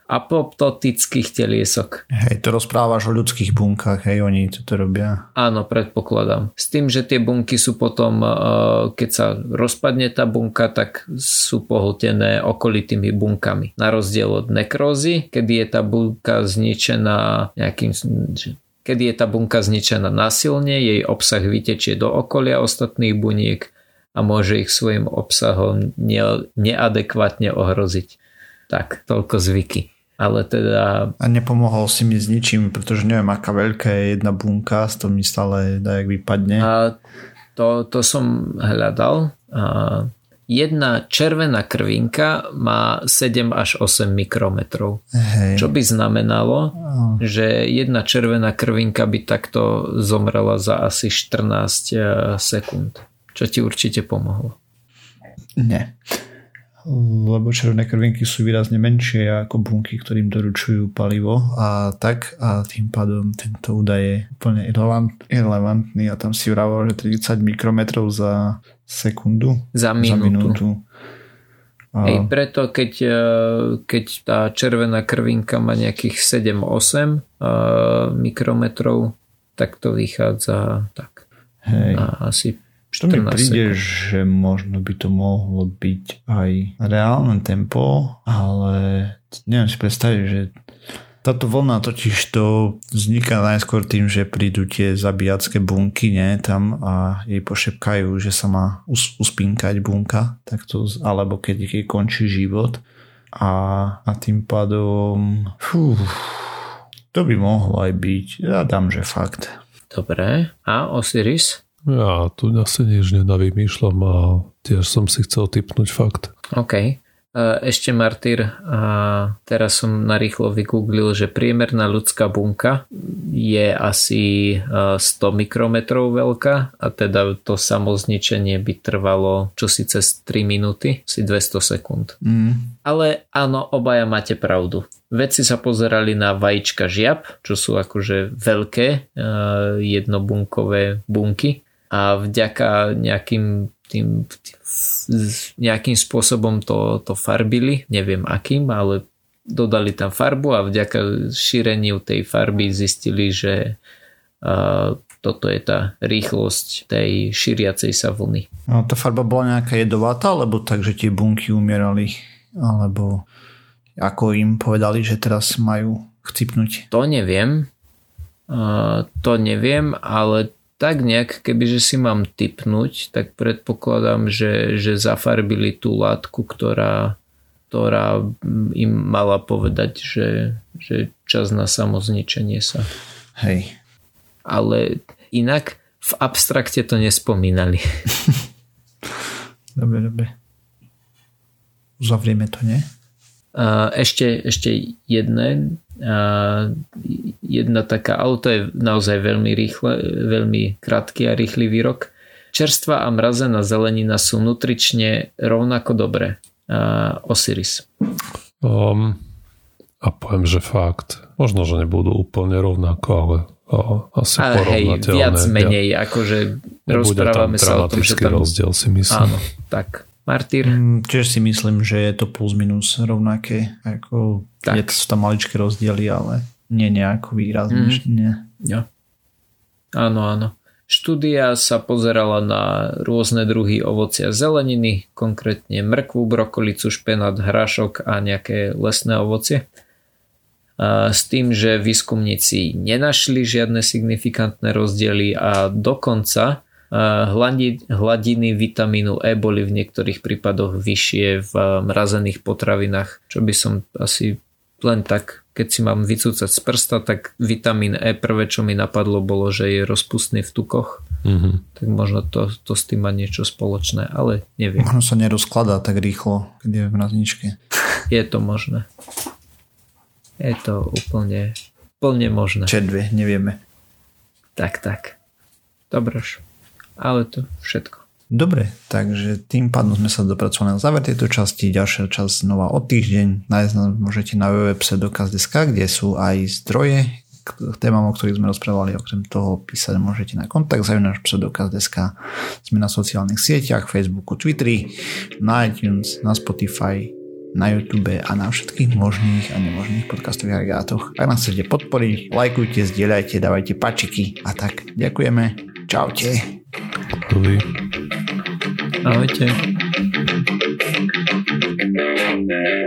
apoptotických teliesok. Hej, to rozprávaš o ľudských bunkách, hej, oni to robia. Áno, predpokladám. S tým, že tie bunky sú potom, keď sa rozpadne tá bunka, tak sú pohltené okolitými bunkami. Na rozdiel od nekrózy, kedy je tá bunka zničená keď je tá bunka zničená násilne, jej obsah vytečie do okolia ostatných buniek a môže ich svojim obsahom neadekvátne ohroziť. Tak, toľko zvyky. Ale teda... A nepomohol si mi s ničím, pretože neviem, aká veľká je jedna bunka, z toho mi stále dajak vypadne. A to som hľadal. Jedna červená krvinka má 7 až 8 mikrometrov. Hej. Čo by znamenalo, že jedna červená krvinka by takto zomrela za asi 14 sekúnd. Čo ti určite pomohlo? Nie. Lebo červené krvinky sú výrazne menšie ako bunky, ktorým doručujú palivo a tým pádom tento údaj je úplne irrelevantný a tam si vraval, že 30 mikrometrov za sekundu. Za minútu. Hej, preto keď tá červená krvinka má nejakých 7-8 mikrometrov, tak to vychádza tak. Hej. Na asi to mi príde, že možno by to mohlo byť aj reálne tempo, ale neviem si predstaviť, že táto vlna totiž to vzniká najskôr tým, že prídu tie zabíjacké bunky, nie, tam a jej pošepkajú, že sa má uspinkať bunka, takto, alebo keď jej končí život a tým pádom to by mohlo aj byť. Ja dám, že fakt. Dobre. A Osiris? Ja tu asi nič nenavymýšľam a tiež som si chcel tipnúť fakt. OK. Ešte Martyr, teraz som narýchlo vygooglil, že priemerná ľudská bunka je asi 100 mikrometrov veľká a teda to samozničenie by trvalo čosi cez 3 minúty, si 200 sekúnd. Ale áno, obaja máte pravdu. Vedci sa pozerali na vajíčka žiab, čo sú akože veľké jednobunkové bunky a vďaka nejakým spôsobom to farbili, neviem akým, ale dodali tam farbu a vďaka šíreniu tej farby zistili, že toto je tá rýchlosť tej šíriacej sa vlny. No, tá farba bola nejaká jedovatá, alebo tak, že tie bunky umierali, alebo ako im povedali, že teraz majú chcipnúť? To neviem, ale tak nejak, kebyže si mám tipnúť, tak predpokladám, že zafarbili tú látku, ktorá im mala povedať, že čas na samozničenie sa. Hej. Ale inak v abstrakte to nespomínali. Dobre. Uzavrieme to, nie? Ešte jedna taká, ale to je naozaj veľmi krátky a rýchly výrok. Čerstvá a mrazená zelenina sú nutrične rovnako dobré. Osiris. A poviem, že fakt. Možno, že nebudú úplne rovnako, ale asi porovnateľné. Viac menej, akože rozprávame sa o tom, že tam... rozdiel si myslím. Áno, tak. Martyr? Tiež si myslím, že je to plus minus rovnaké. Sú tam maličké rozdiely, ale nie nejako výrazne. Ja. Áno. Štúdia sa pozerala na rôzne druhy ovocia a zeleniny, konkrétne mrkvu, brokolicu, špenát, hrášok a nejaké lesné ovocie. S tým, že výskumníci nenašli žiadne signifikantné rozdiely a dokonca hladiny vitamínu E boli v niektorých prípadoch vyššie v mrazených potravinách, čo by som asi len tak, keď si mám vycúcať z prsta, tak vitamín E prvé, čo mi napadlo, bolo, že je rozpustný v tukoch. Tak možno to s tým má niečo spoločné, ale neviem. Možno sa nerozkladá tak rýchlo, keď je v mrazničke. Je to možné. Je to úplne možné. Čedve, nevieme. Tak. Dobroš. Ale to všetko. Dobre, takže tým pádom sme sa dopracovali na záver tejto časti. Ďalšia časť znova o týždeň. Nájsť nás môžete na www.pseudokaz.sk, kde sú aj zdroje k témam, o ktorých sme rozprávali. Okrem toho písať môžete na kontakt @pseudokaz.sk. Sme na sociálnych sieťach, Facebooku, Twitteri, na iTunes, na Spotify na YouTube a na všetkých možných a nemožných podcastových agregátoch. Ak nás chcete podporiť, lajkujte, zdieľajte, dávajte pačiky a tak. Ďakujeme. Čaute. Ahojte.